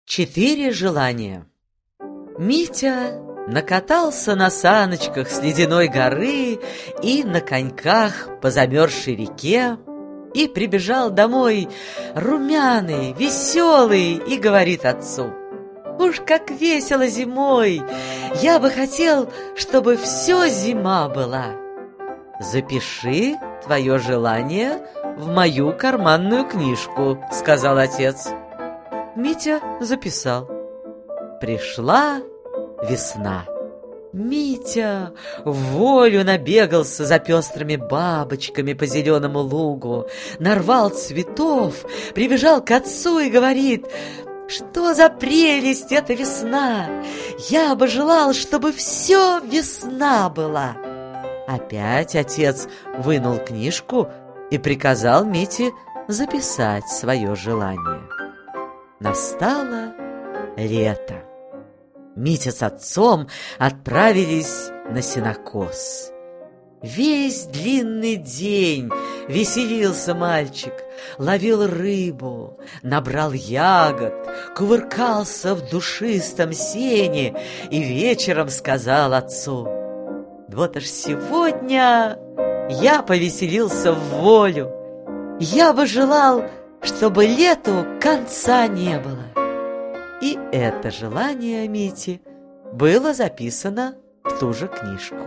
4 желания. Митя накатался на саночках с ледяной горы и на коньках по замерзшей реке и прибежал домой румяный, веселый и говорит отцу: «Уж как весело зимой! Я бы хотел, чтобы все зима была». «Запиши твое желание в мою карманную книжку», — сказал отец. Митя записал. Пришла весна. Митя вволю набегался за пестрыми бабочками по зеленому лугу, нарвал цветов, прибежал к отцу и говорит: «Что за прелесть эта весна! Я бы желал, чтобы все весна была». Опять отец вынул книжку и приказал Мите записать свое желание. Настало лето. Митя с отцом отправились на сенокос. Весь длинный день веселился мальчик, ловил рыбу, набрал ягод, кувыркался в душистом сене и вечером сказал отцу: «Вот уж сегодня я повеселился в волю. Я бы желал, чтобы лету конца не было». И это желание Мити было записано в ту же книжку.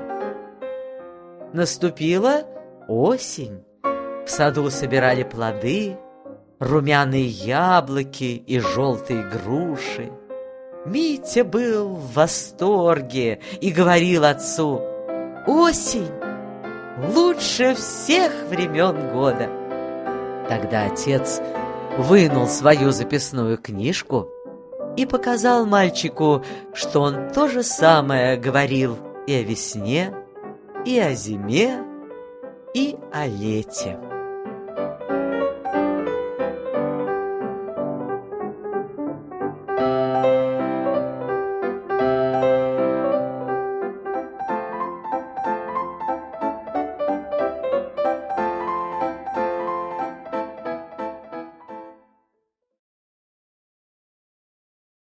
Наступила осень. В саду собирали плоды, румяные яблоки и желтые груши. Митя был в восторге и говорил отцу: «Осень лучше всех времен года». Тогда отец вынул свою записную книжку и показал мальчику, что он то же самое говорил и о весне, и о зиме, и о лете.